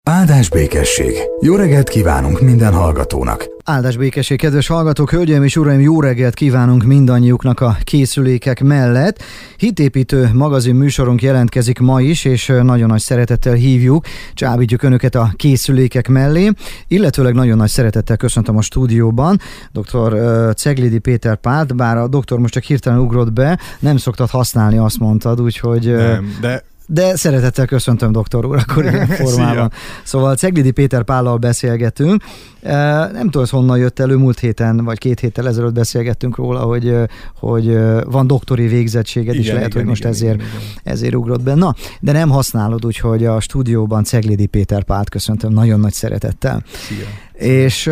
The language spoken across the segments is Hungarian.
Áldás békesség! Jó reggelt kívánunk minden hallgatónak! Áldás békesség, kedves hallgatók, hölgyeim és uraim, jó reggelt kívánunk mindannyiuknak a készülékek mellett. Hitépítő magazin műsorunk jelentkezik ma is, és nagyon nagy szeretettel hívjuk, csábítjuk önöket a készülékek mellé, illetőleg nagyon nagy szeretettel köszöntöm a stúdióban dr. Ceglidi Péter Pált, bár a doktor most csak hirtelen ugrott be, nem szoktad használni, azt mondtad, úgyhogy... Nem, de szeretettel köszöntöm, doktor úr, akkor ilyen formában. Szóval Ceglidi Péter Pállal beszélgetünk. Nem tudom, honnan jött elő, múlt héten, vagy 2 héttel ezelőtt beszélgettünk róla, hogy van doktori végzettséged, és lehet, hogy most ezért ugrott be. Na, de nem használod, úgyhogy a stúdióban Ceglidi Péter Pált köszöntöm nagyon nagy szeretettel. Szia. És...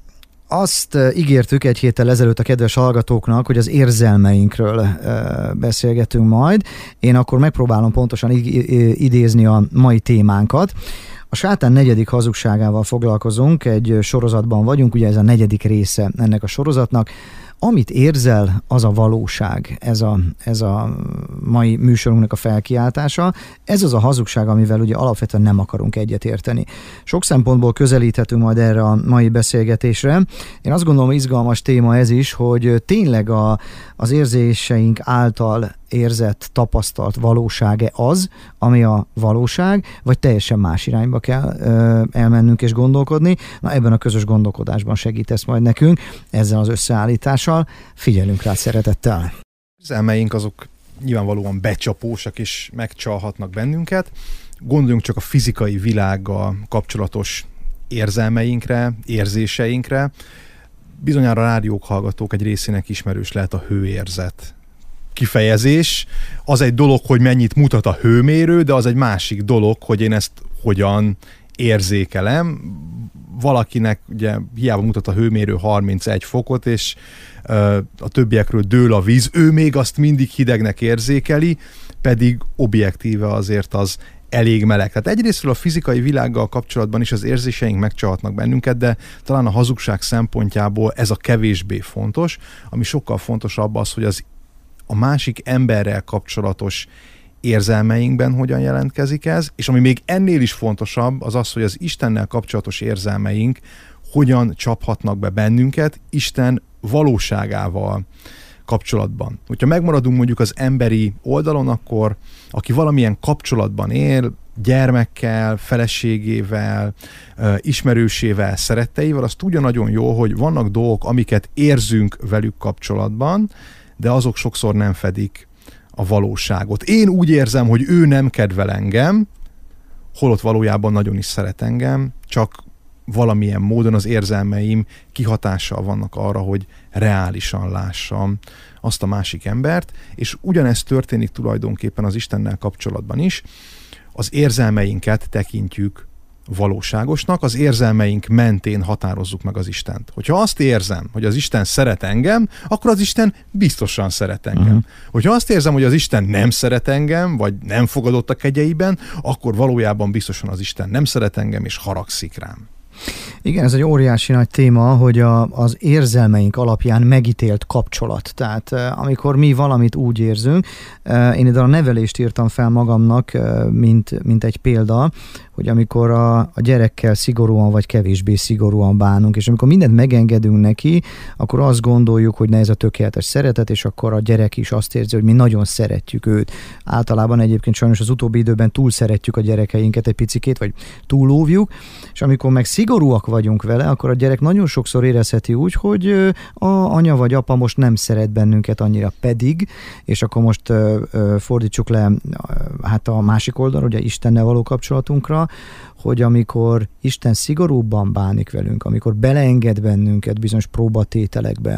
azt ígértük 1 héttel ezelőtt a kedves hallgatóknak, hogy az érzelmeinkről beszélgetünk majd. Én akkor megpróbálom pontosan idézni a mai témánkat. A sátán 4. hazugságával foglalkozunk, egy sorozatban vagyunk, ugye ez a 4. része ennek a sorozatnak. Amit érzel, az a valóság, ez a mai műsorunknak a felkiáltása. Ez az a hazugság, amivel ugye alapvetően nem akarunk egyetérteni. Sok szempontból közelíthetünk majd erre a mai beszélgetésre. Én azt gondolom, izgalmas téma ez is, hogy tényleg az érzéseink által érzett, tapasztalt valóság-e az, ami a valóság, vagy teljesen más irányba kell elmennünk és gondolkodni. Na, ebben a közös gondolkodásban segítesz majd nekünk ezzel az összeállítással. Figyelünk rá szeretettel. Az elmeink azok nyilvánvalóan becsapósak és megcsalhatnak bennünket. Gondoljunk csak a fizikai világgal kapcsolatos érzelmeinkre, érzéseinkre. Bizonyára a rádiók hallgatók egy részének ismerős lehet a hőérzet kifejezés. Az egy dolog, hogy mennyit mutat a hőmérő, de az egy másik dolog, hogy én ezt hogyan érzékelem. Valakinek ugye hiába mutat a hőmérő 31 fokot, és a többiekről dől a víz, ő még azt mindig hidegnek érzékeli, pedig objektíve azért az elég meleg. Tehát egyrésztről a fizikai világgal kapcsolatban is az érzéseink megcsalhatnak bennünket, de talán a hazugság szempontjából ez a kevésbé fontos, ami sokkal fontosabb az, hogy a másik emberrel kapcsolatos érzelmeinkben hogyan jelentkezik ez, és ami még ennél is fontosabb, az az, hogy az Istennel kapcsolatos érzelmeink hogyan csaphatnak be bennünket Isten valóságával kapcsolatban. Hogyha megmaradunk mondjuk az emberi oldalon, akkor aki valamilyen kapcsolatban él, gyermekkel, feleségével, ismerősével, szeretteivel, az tudja nagyon jó, hogy vannak dolgok, amiket érzünk velük kapcsolatban, de azok sokszor nem fedik a valóságot. Én úgy érzem, hogy ő nem kedvel engem, holott valójában nagyon is szeret engem, csak valamilyen módon az érzelmeim kihatással vannak arra, hogy reálisan lássam azt a másik embert, és ugyanezt történik tulajdonképpen az Istennel kapcsolatban is. Az érzelmeinket tekintjük valóságosnak, az érzelmeink mentén határozzuk meg az Istent. Hogyha azt érzem, hogy az Isten szeret engem, akkor az Isten biztosan szeret engem. Hogyha azt érzem, hogy az Isten nem szeret engem, vagy nem fogadott a kegyeiben, akkor valójában biztosan az Isten nem szeret engem, és haragszik rám. Igen, ez egy óriási nagy téma, hogy az érzelmeink alapján megítélt kapcsolat. Tehát amikor mi valamit úgy érzünk, én ide a nevelést írtam fel magamnak, mint egy példa, hogy amikor a gyerekkel szigorúan vagy kevésbé szigorúan bánunk, és amikor mindent megengedünk neki, akkor azt gondoljuk, hogy ez a tökéletes szeretet, és akkor a gyerek is azt érzi, hogy mi nagyon szeretjük őt. Általában egyébként sajnos az utóbbi időben túl szeretjük a gyerekeinket egy picikét, vagy túlóvjuk, és amikor meg szigorúak vagyunk vele, akkor a gyerek nagyon sokszor érezheti úgy, hogy a anya vagy apa most nem szeret bennünket annyira, pedig, és akkor most fordítsuk le hát a másik oldalra, ugye Istennel való kapcsolatunkra, hogy amikor Isten szigorúbban bánik velünk, amikor beleenged bennünket bizonyos próbatételekbe,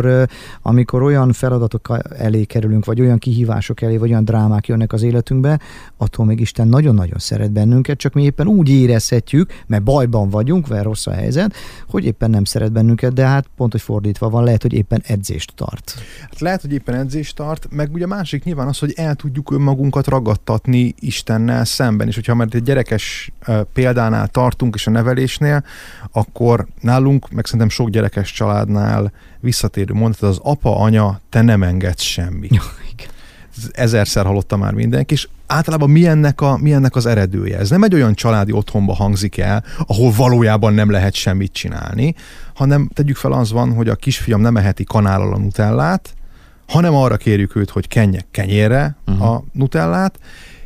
amikor olyan feladatok elé kerülünk, vagy olyan kihívások elé, vagy olyan drámák jönnek az életünkbe, attól még Isten nagyon-nagyon szeret bennünket, csak mi éppen úgy érezhetjük, mert bajban vagyunk, mert rossz a helyzet, hogy éppen nem szeret bennünket, de hát pont, hogy fordítva van, lehet, hogy éppen edzést tart. Hát lehet, hogy éppen edzést tart, meg ugye másik nyilván az, hogy el tudjuk önmagunkat ragadtatni Istennel szemben, és hogyha már egy gyerekes példánál tartunk, és a nevelésnél, akkor nálunk, meg szerintem sok gyerekes családnál visszatérő mondat, az apa, anya, te nem engedsz semmit. ezerszer hallotta már mindenki, és általában mi ennek az eredője? Ez nem egy olyan családi otthonba hangzik el, ahol valójában nem lehet semmit csinálni, hanem tegyük fel, az van, hogy a kisfiam nem eheti kanállal a nutellát, hanem arra kérjük őt, hogy kenje kenyérre a nutellát,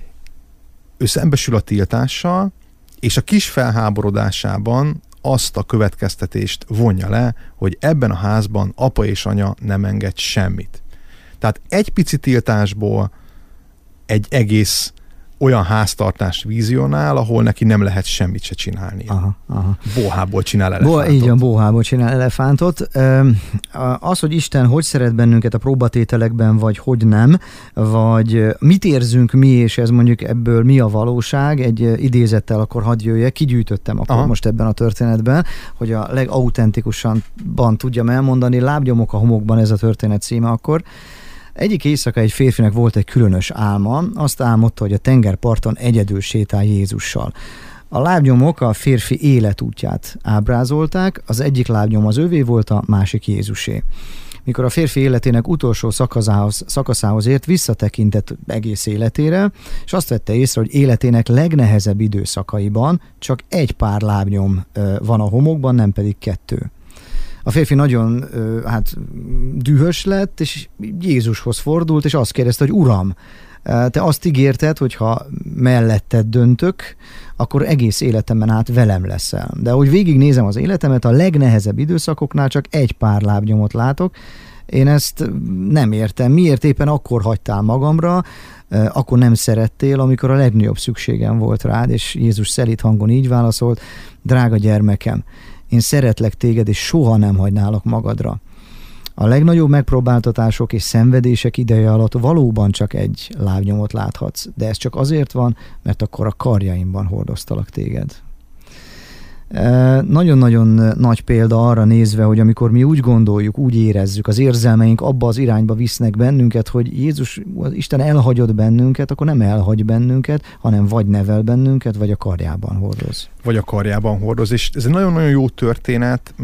ő szembesül a tiltással, és a kis felháborodásában azt a következtetést vonja le, hogy ebben a házban apa és anya nem enged semmit. Tehát egy pici tiltásból egy egész olyan háztartást vizionál, ahol neki nem lehet semmit se csinálni. Bóhából csinál elefántot. Így van, bóhából csinál elefántot. Az, hogy Isten hogy szeret bennünket a próbatételekben, vagy hogy nem, vagy mit érzünk mi, és ez mondjuk ebből mi a valóság, egy idézettel akkor hadd jöjjek, kigyűjtöttem akkor most ebben a történetben, hogy a legautentikusabban tudjam elmondani, Lábnyomok a homokban, ez a történet címe akkor. Egyik éjszaka egy férfinek volt egy különös álma, azt álmodta, hogy a tengerparton egyedül sétál Jézussal. A lábnyomok a férfi életútját ábrázolták, az egyik lábnyom az övé volt, a másik Jézusé. Mikor a férfi életének utolsó szakaszához ért, visszatekintett egész életére, és azt vette észre, hogy életének legnehezebb időszakaiban csak egy pár lábnyom van a homokban, nem pedig 2. A férfi nagyon dühös lett, és Jézushoz fordult, és azt kérdezte, hogy Uram, te azt ígérted, hogy ha melletted döntök, akkor egész életemben át velem leszel. De ahogy végignézem az életemet, a legnehezebb időszakoknál csak egy pár lábnyomot látok. Én ezt nem értem. Miért éppen akkor hagytál magamra, akkor nem szerettél, amikor a legnagyobb szükségem volt rád, és Jézus szelíd hangon így válaszolt, drága gyermekem, én szeretlek téged, és soha nem hagynálak magadra. A legnagyobb megpróbáltatások és szenvedések ideje alatt valóban csak egy lábnyomot láthatsz, de ez csak azért van, mert akkor a karjaimban hordoztalak téged. Nagyon-nagyon nagy példa arra nézve, hogy amikor mi úgy gondoljuk, úgy érezzük, az érzelmeink abba az irányba visznek bennünket, hogy Jézus, Isten elhagyott bennünket, akkor nem elhagy bennünket, hanem vagy nevel bennünket, vagy a karjában hordoz. Vagy a karjában hordoz, és ez egy nagyon-nagyon jó történet,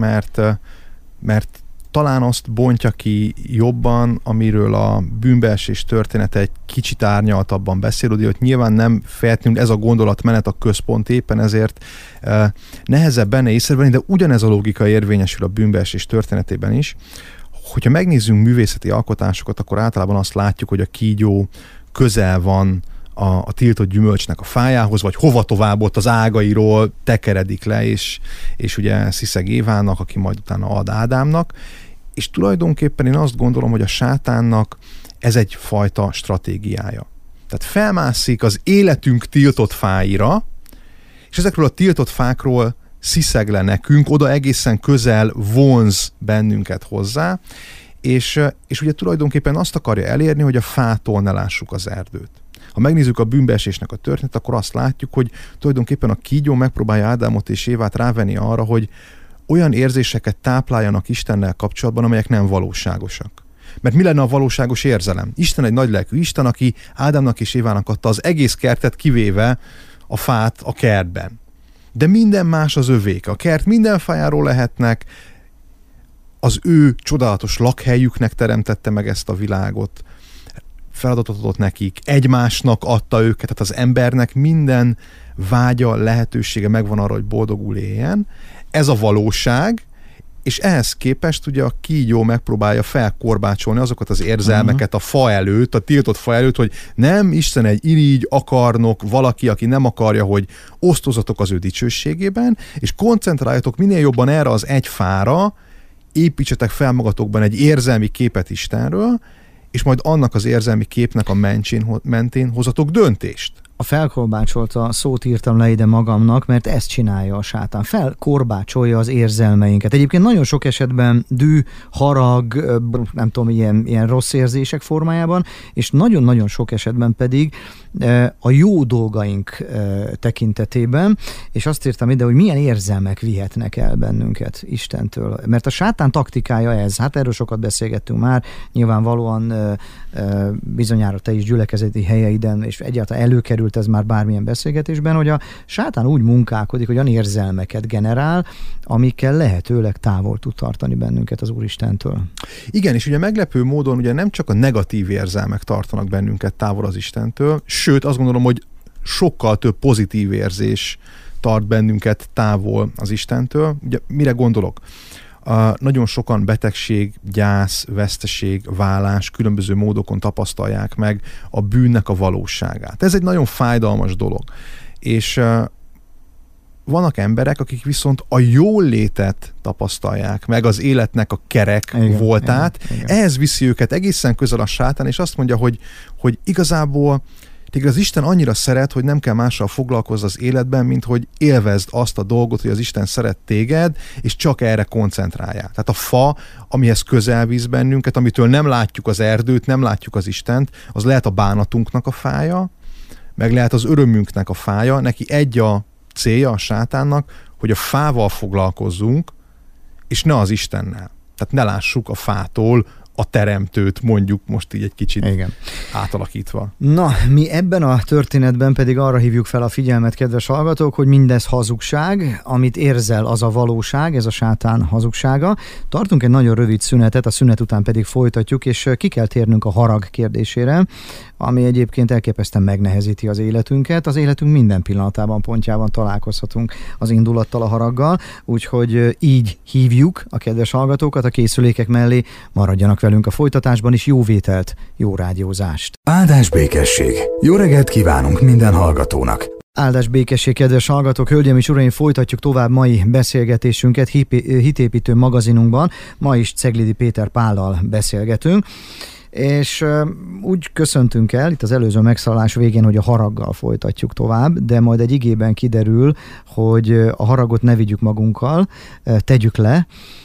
mert talán azt bontja ki jobban, amiről a bűnbeesés története egy kicsit árnyaltabban beszél, hogy nyilván nem feltétlenül ez a gondolatmenet a központ, éppen ezért nehezebb benne észrevenni, de ugyanez a logika érvényesül a bűnbeesés történetében is. Hogyha megnézzünk művészeti alkotásokat, akkor általában azt látjuk, hogy a kígyó közel van a tiltott gyümölcsnek a fájához, vagy hova tovább ott az ágairól tekeredik le, és ugye sziszeg Évának, aki majd utána ad Ádámnak, és tulajdonképpen én azt gondolom, hogy a sátánnak ez egyfajta stratégiája. Tehát felmászik az életünk tiltott fáira, és ezekről a tiltott fákról sziszeg le nekünk, oda egészen közel vonz bennünket hozzá, és ugye tulajdonképpen azt akarja elérni, hogy a fától ne lássuk az erdőt. Ha megnézzük a bűnbeesésnek a történetet, akkor azt látjuk, hogy tulajdonképpen a kígyó megpróbálja Ádámot és Évát rávenni arra, hogy olyan érzéseket tápláljanak Istennel kapcsolatban, amelyek nem valóságosak. Mert mi lenne a valóságos érzelem? Isten egy nagylelkű Isten, aki Ádámnak és Évának adta az egész kertet, kivéve a fát a kertben. De minden más az övék. A kert minden fájáról lehetnek, az ő csodálatos lakhelyüknek teremtette meg ezt a világot, feladatot adott nekik, egymásnak adta őket, tehát az embernek minden vágya, lehetősége megvan arra, hogy boldogul éljen. Ez a valóság, és ehhez képest ugye a kígyó megpróbálja felkorbácsolni azokat az érzelmeket a fa előtt, a tiltott fa előtt, hogy nem, Isten egy irigy, akarnok, valaki, aki nem akarja, hogy osztozatok az ő dicsőségében, és koncentráljatok minél jobban erre az egy fára, építsetek fel magatokban egy érzelmi képet Istenről, és majd annak az érzelmi képnek a mentén hozatok döntést. A felkorbácsolta szót írtam le ide magamnak, mert ezt csinálja a sátán. Felkorbácsolja az érzelmeinket. Egyébként nagyon sok esetben düh, harag, nem tudom, ilyen rossz érzések formájában, és nagyon-nagyon sok esetben pedig a jó dolgaink tekintetében, és azt írtam ide, hogy milyen érzelmek vihetnek el bennünket Istentől. Mert a sátán taktikája ez, hát erről sokat beszélgettünk már, nyilvánvalóan bizonyára te is gyülekezeti helyeiden, és egyáltalán előkerült ez már bármilyen beszélgetésben, hogy a sátán úgy munkálkodik, hogy olyan érzelmeket generál, amikkel lehetőleg távol tud tartani bennünket az Úristentől. Igen, és ugye meglepő módon ugye nem csak a negatív érzelmek tartanak bennünket távol az Istentől, sőt azt gondolom, hogy sokkal több pozitív érzés tart bennünket távol az Istentől. Ugye mire gondolok? Nagyon sokan betegség, gyász, veszteség, válás különböző módokon tapasztalják meg a bűnnek a valóságát. Ez egy nagyon fájdalmas dolog. És vannak emberek, akik viszont a jólétet tapasztalják meg, az életnek a kerek voltát. Igen. Ehhez viszi őket egészen közel a sátán, és azt mondja, hogy igazából téged az Isten annyira szeret, hogy nem kell mással foglalkozz az életben, mint hogy élvezd azt a dolgot, hogy az Isten szeret téged, és csak erre koncentráljál. Tehát a fa, amihez közel visz bennünket, amitől nem látjuk az erdőt, nem látjuk az Istent, az lehet a bánatunknak a fája, meg lehet az örömünknek a fája. Neki egy a célja a sátánnak, hogy a fával foglalkozzunk, és ne az Istennel. Tehát ne lássuk a fától a teremtőt, mondjuk most így egy kicsit átalakítva. Na, mi ebben a történetben pedig arra hívjuk fel a figyelmet, kedves hallgatók, hogy mindez hazugság, amit érzel, az a valóság, ez a sátán hazugsága. Tartunk egy nagyon rövid szünetet, a szünet után pedig folytatjuk, és ki kell térnünk a harag kérdésére, ami egyébként elképesztően megnehezíti az életünket. Az életünk minden pillanatában, pontjában találkozhatunk az indulattal, a haraggal, úgyhogy így hívjuk a kedves hallgatókat a készülékek mellé, maradjanak velünk a folytatásban is, jó vételt, jó rádiózást. Áldás békesség! Jó reggelt kívánunk minden hallgatónak! Áldás békesség, kedves hallgatók, hölgyeim és uraim, folytatjuk tovább mai beszélgetésünket hitépítő magazinunkban. Ma is Ceglidi Péter Pállal beszélgetünk. És úgy köszöntünk el itt az előző megszólalás végén, hogy a haraggal folytatjuk tovább, de majd egy igében kiderül, hogy a haragot ne vigyük magunkkal, tegyük le,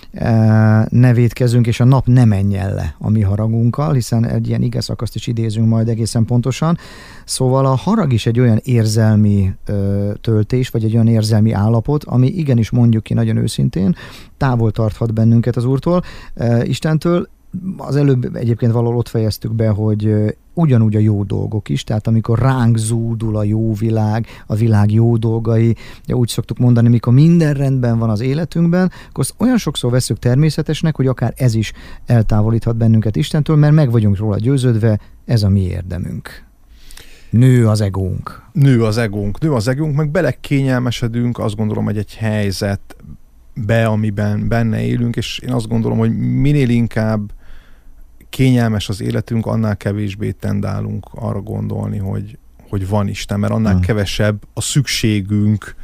ne vétkezzünk, és a nap ne menjen le a mi haragunkkal, hiszen egy ilyen igeszakaszt is idézünk majd egészen pontosan. Szóval a harag is egy olyan érzelmi töltés, vagy egy olyan érzelmi állapot, ami igenis, mondjuk ki nagyon őszintén, távol tarthat bennünket az Úrtól, Istentől. Az előbb egyébként valahol ott fejeztük be, hogy ugyanúgy a jó dolgok is, tehát amikor ránk zúdul a jó világ, a világ jó dolgai, úgy szoktuk mondani, mikor minden rendben van az életünkben, akkor azt olyan sokszor veszük természetesnek, hogy akár ez is eltávolíthat bennünket Istentől, mert meg vagyunk róla győződve, ez a mi érdemünk. Nő az egónk. Nő az egónk, meg belekényelmesedünk, azt gondolom, hogy egy helyzetbe, amiben benne élünk, és én azt gondolom, hogy minél inkább kényelmes az életünk, annál kevésbé tendálunk arra gondolni, hogy van Isten, mert annál kevesebb a szükségünk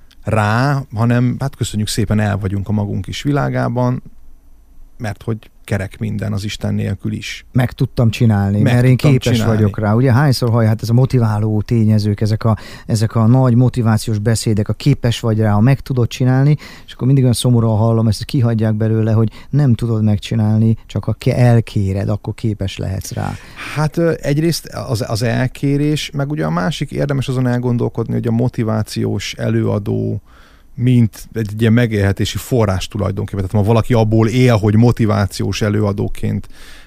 rá, hanem hát köszönjük szépen, el vagyunk a magunk is világában, mert hogy kerek minden az Isten nélkül is. Meg tudtam csinálni, mert én képes vagyok rá. Ugye hányszor hát ez a motiváló tényezők, ezek a nagy motivációs beszédek, a képes vagy rá, a meg tudod csinálni, és akkor mindig olyan szomorúan hallom, ezt kihagyják belőle, hogy nem tudod megcsinálni, csak ha elkéred, akkor képes lehetsz rá. Hát egyrészt az elkérés, meg ugye a másik érdemes azon elgondolkodni, hogy a motivációs előadó mint egy ilyen megélhetési forrás tulajdonképpen. Tehát ha valaki abból él, hogy motivációs előadóként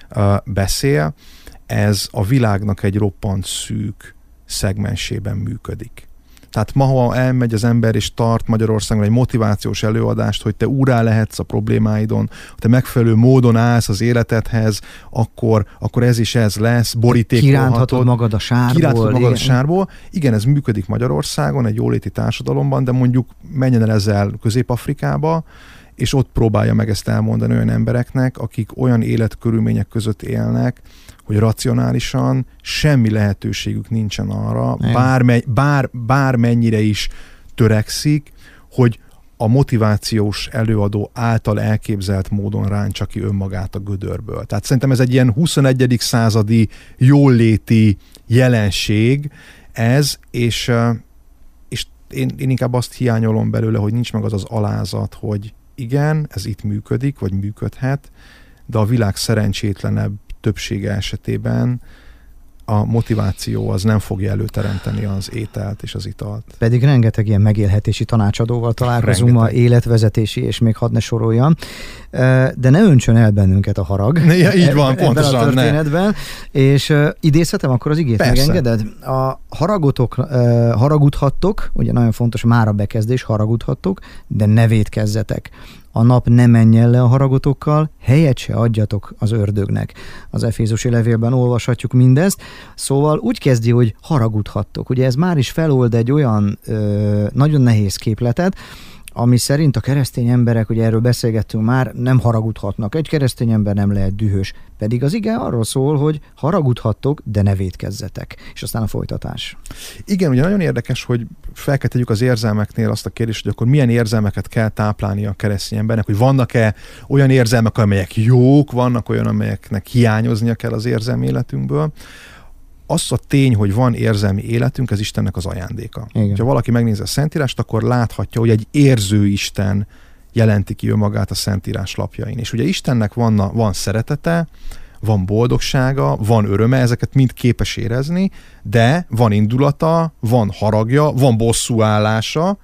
beszél, ez a világnak egy roppant szűk szegmensében működik. Tehát ma, ha elmegy az ember és tart Magyarországon egy motivációs előadást, hogy te úrrá lehetsz a problémáidon, te megfelelő módon állsz az életedhez, akkor ez is ez lesz, borítékolhatod. Kiránthatod magad a sárból. Igen, ez működik Magyarországon, egy jóléti társadalomban, de mondjuk menjen el ezzel Közép-Afrikába, és ott próbálja meg ezt elmondani olyan embereknek, akik olyan életkörülmények között élnek, hogy racionálisan semmi lehetőségük nincsen arra, bármennyire is törekszik, hogy a motivációs előadó által elképzelt módon ráncsa ki önmagát a gödörből. Tehát szerintem ez egy ilyen 21. századi jóléti jelenség ez, és én inkább azt hiányolom belőle, hogy nincs meg az alázat, hogy igen, ez itt működik, vagy működhet, de a világ szerencsétlenebb többsége esetében a motiváció az nem fogja előteremteni az ételt és az italt. Pedig rengeteg ilyen megélhetési tanácsadóval találkozunk ma, életvezetési, és még hadd ne soroljam. De ne öntsön el bennünket a harag. Ja, így van, pontosan. A történetben. És idézhetem akkor az igét, persze. Megengeded? A haragudhattok, ugye nagyon fontos már a bekezdés, haragudhattok, de ne vétkezzetek. A nap ne menjen le a haragotokkal, helyet se adjatok az ördögnek. Az Efézusi levélben olvashatjuk mindezt. Szóval úgy kezdi, hogy haragudhattok. Ugye ez már is felold egy olyan nagyon nehéz képletet, ami szerint a keresztény emberek, ugye erről beszélgettünk már, nem haragudhatnak. Egy keresztény ember nem lehet dühös. Pedig az ige arról szól, hogy haragudhattok, de ne vétkezzetek. És aztán a folytatás. Igen, ugye nagyon érdekes, hogy fel kell tegyük az érzelmeknél azt a kérdést, hogy akkor milyen érzelmeket kell táplálni a keresztény embernek, hogy vannak-e olyan érzelmek, amelyek jók, vannak olyan, amelyeknek hiányoznia kell az érzelmi életünkből. Az a tény, hogy van érzelmi életünk, ez Istennek az ajándéka. Igen. Ha valaki megnézi a Szentírást, akkor láthatja, hogy egy érző Isten jelenti ki önmagát a Szentírás lapjain. És ugye Istennek van szeretete, van boldogsága, van öröme, ezeket mind képes érezni, de van indulata, van haragja, van bosszúállása.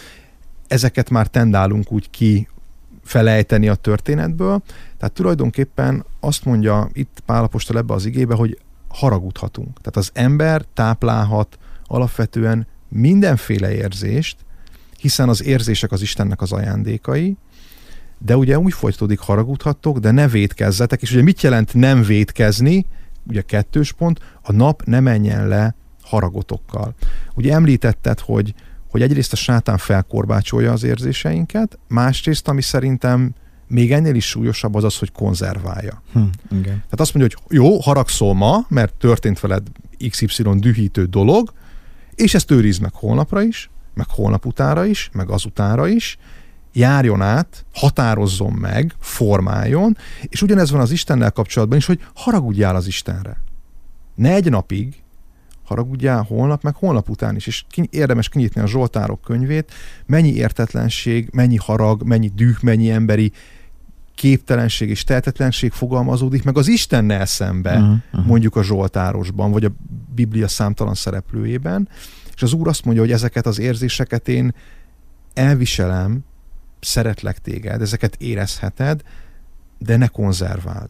Ezeket már tendálunk úgy kifelejteni a történetből. Tehát tulajdonképpen azt mondja itt Pál apostol ebbe az igébe, hogy haragudhatunk. Tehát az ember táplálhat alapvetően mindenféle érzést, hiszen az érzések az Istennek az ajándékai, de ugye úgy folytatódik, haragudhattok, de ne vétkezzetek, és ugye mit jelent nem vétkezni? Ugye 2. pont, a nap ne menjen le haragotokkal. Ugye említetted, hogy egyrészt a sátán felkorbácsolja az érzéseinket, másrészt, ami szerintem még ennél is súlyosabb az, hogy konzerválja. Igen. Tehát azt mondja, hogy jó, haragszol ma, mert történt veled XY dühítő dolog, és ezt őrizd meg holnapra is, meg holnap utára is, meg azutánra is, járjon át, határozzon meg, formáljon, és ugyanez van az Istennel kapcsolatban is, hogy haragudjál az Istenre. Ne egy napig, haragudjál holnap, meg holnap után is, és érdemes kinyitni a Zsoltárok könyvét, mennyi értetlenség, mennyi harag, mennyi düh, mennyi emberi képtelenség és tehetetlenség fogalmazódik meg az Istennel szembe, mondjuk a Zsoltárosban, vagy a Biblia számtalan szereplőjében, és az Úr azt mondja, hogy ezeket az érzéseket én elviselem, szeretlek téged, ezeket érezheted, de ne konzerváld.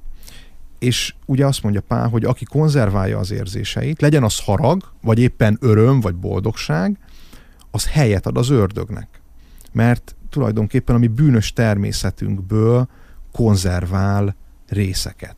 És ugye azt mondja Pál, hogy aki konzerválja az érzéseit, legyen az harag, vagy éppen öröm, vagy boldogság, az helyet ad az ördögnek. Mert tulajdonképpen a mi bűnös természetünkből konzervál részeket.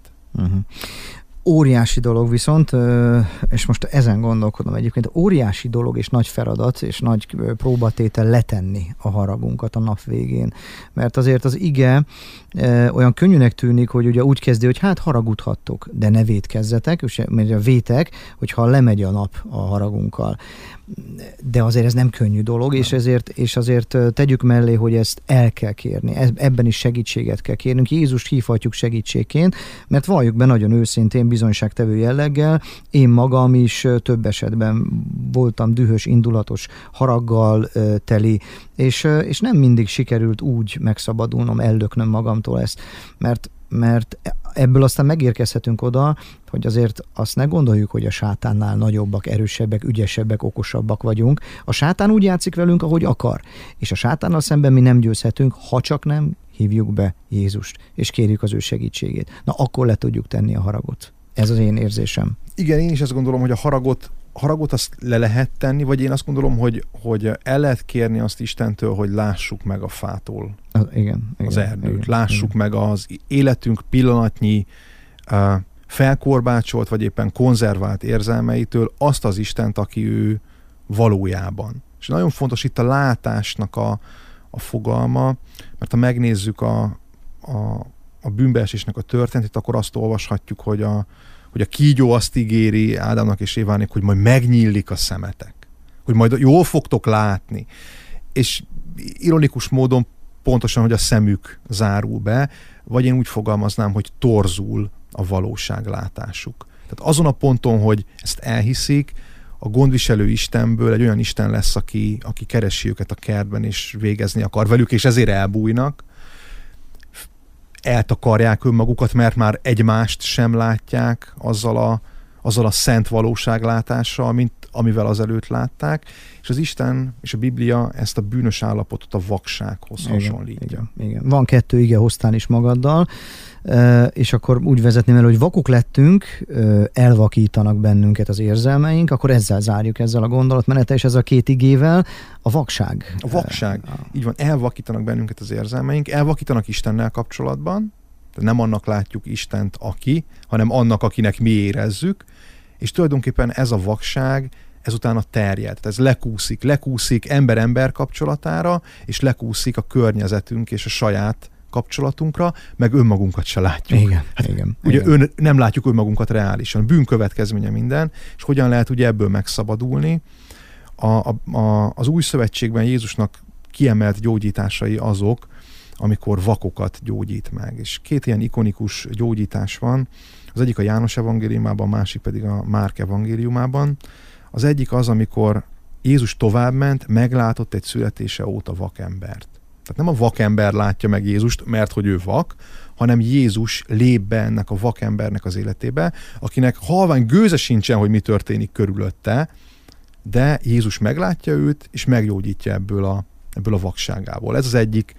Óriási dolog viszont, és most ezen gondolkodom egyébként, óriási dolog és nagy feladat és nagy próbatétel letenni a haragunkat a nap végén. Mert azért az ige olyan könnyűnek tűnik, hogy ugye úgy kezdi, hogy hát haragudhattok, de ne vétkezzetek, mert a vétek, hogyha lemegy a nap a haragunkkal. De azért ez nem könnyű dolog, és azért tegyük mellé, hogy ezt el kell kérni. Ebben is segítséget kell kérnünk. Jézust hívhatjuk segítségként, mert valljuk be nagyon őszintén, bizonyságtevő jelleggel, én magam is több esetben voltam dühös, indulatos, haraggal teli, és nem mindig sikerült úgy megszabadulnom, ellöknöm magamtól ezt, mert ebből aztán megérkezhetünk oda, hogy azért azt ne gondoljuk, hogy a sátánnál nagyobbak, erősebbek, ügyesebbek, okosabbak vagyunk. A sátán úgy játszik velünk, ahogy akar. És a sátánnal szemben mi nem győzhetünk, ha csak nem hívjuk be Jézust, és kérjük az ő segítségét. Na, akkor le tudjuk tenni a haragot. Ez az én érzésem. Igen, én is azt gondolom, hogy a haragot azt le lehet tenni, vagy én azt gondolom, hogy el lehet kérni azt Istentől, hogy lássuk meg a fától az erdőt. Igen, lássuk meg az életünk pillanatnyi felkorbácsolt, vagy éppen konzervált érzelmeitől azt az Istent, aki ő valójában. És nagyon fontos itt a látásnak a fogalma, mert ha megnézzük a bűnbeesésnek a történetét, akkor azt olvashatjuk, hogy a kígyó azt ígéri Ádámnak és Évának, hogy majd megnyílik a szemetek, hogy majd jól fogtok látni. És ironikus módon pontosan, hogy a szemük zárul be, vagy én úgy fogalmaznám, hogy torzul a valóságlátásuk. Tehát azon a ponton, hogy ezt elhiszik, a gondviselő Istenből egy olyan Isten lesz, aki keresi őket a kertben, és végezni akar velük, és ezért elbújnak, eltakarják önmagukat, mert már egymást sem látják azzal azzal a szent valóságlátással, amivel azelőtt látták, és az Isten és a Biblia ezt a bűnös állapotot a vaksághoz hasonlítja. Igen. Van 2 ige, hoztál is magaddal, és akkor úgy vezetném el, hogy vakuk lettünk, elvakítanak bennünket az érzelmeink, akkor ezzel zárjuk, ezzel a gondolatmenettel, és ezzel a 2 igével a vakság. A vakság. Így van, elvakítanak bennünket az érzelmeink, elvakítanak Istennel kapcsolatban, nem annak látjuk Istent, hanem annak, akinek mi érezzük, és tulajdonképpen ez a vakság ezután a terjed. Ez lekúszik ember-ember kapcsolatára, és lekúszik a környezetünk és a saját kapcsolatunkra, meg önmagunkat se látjuk. Igen. Ugye nem látjuk önmagunkat reálisan. Bűn következménye minden, és hogyan lehet ugye ebből megszabadulni. Az új szövetségben Jézusnak kiemelt gyógyításai azok, amikor vakokat gyógyít meg. És 2 ilyen ikonikus gyógyítás van. Az egyik a János evangéliumában, a másik pedig a Márk evangéliumában. Az egyik az, amikor Jézus továbbment, meglátott egy születése óta vakembert. Tehát nem a vakember látja meg Jézust, mert hogy ő vak, hanem Jézus lép be ennek a vakembernek az életébe, akinek halvány gőze sincsen, hogy mi történik körülötte, de Jézus meglátja őt, és meggyógyítja ebből a vakságából. Ez az egyik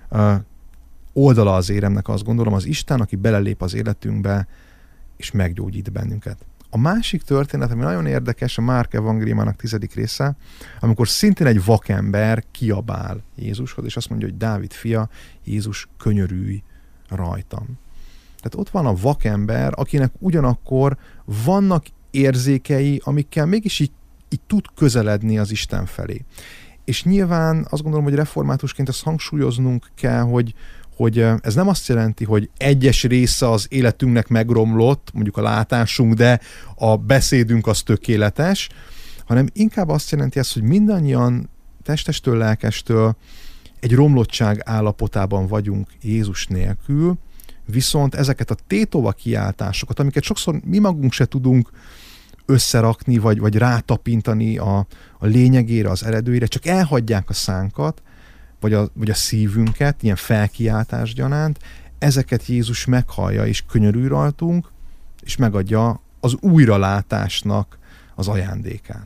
oldala az éremnek, azt gondolom, az Isten, aki belelép az életünkbe, és meggyógyít bennünket. A másik történet, ami nagyon érdekes, a Márk evangéliumának 10. része, amikor szintén egy vakember kiabál Jézushoz, és azt mondja, hogy Dávid fia, Jézus, könyörülj rajtam. Tehát ott van a vakember, akinek ugyanakkor vannak érzékei, amikkel mégis így tud közeledni az Isten felé. És nyilván azt gondolom, hogy reformátusként ezt hangsúlyoznunk kell, hogy ez nem azt jelenti, hogy egyes része az életünknek megromlott, mondjuk a látásunk, de a beszédünk az tökéletes, hanem inkább azt jelenti ezt, hogy mindannyian testestől, lelkestől egy romlottság állapotában vagyunk Jézus nélkül, viszont ezeket a tétova kiáltásokat, amiket sokszor mi magunk se tudunk összerakni, vagy rátapintani a lényegére, az eredőire, csak elhagyják a szánkat, vagy a szívünket, ilyen felkiáltás gyanánt, ezeket Jézus meghallja, és könyörül rajtunk, és megadja az újralátásnak az ajándékát.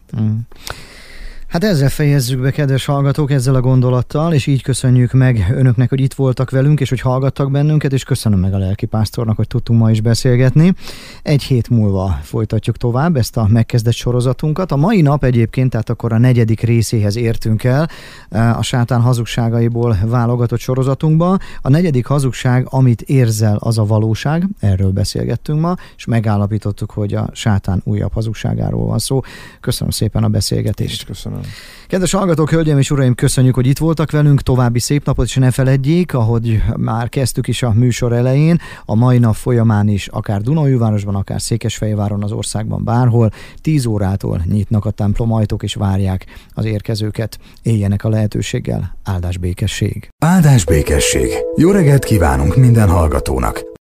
Hát ezzel fejezzük be, kedves hallgatók, ezzel a gondolattal, és így köszönjük meg önöknek, hogy itt voltak velünk, és hogy hallgattak bennünket, és köszönöm meg a lelkipásztornak, hogy tudtunk ma is beszélgetni. 1 hét múlva folytatjuk tovább ezt a megkezdett sorozatunkat. A mai nap egyébként, tehát akkor a 4. részéhez értünk el a sátán hazugságaiból válogatott sorozatunkba. A 4. hazugság, amit érzel, az a valóság, erről beszélgettünk ma, és megállapítottuk, hogy a sátán újabb hazugságáról van szó. Köszönöm szépen a beszélgetést. Köszönöm. Kedves hallgatók, hölgyeim és uraim, köszönjük, hogy itt voltak velünk, további szép napot, és ne feledjék, ahogy már kezdtük is a műsor elején, a mai nap folyamán is, akár Dunaújvárosban, akár Székesfehérváron, az országban, bárhol, 10 órától nyitnak a templom ajtók, és várják az érkezőket. Éljenek a lehetőséggel. Áldás békesség! Áldás békesség! Jó reggelt kívánunk minden hallgatónak!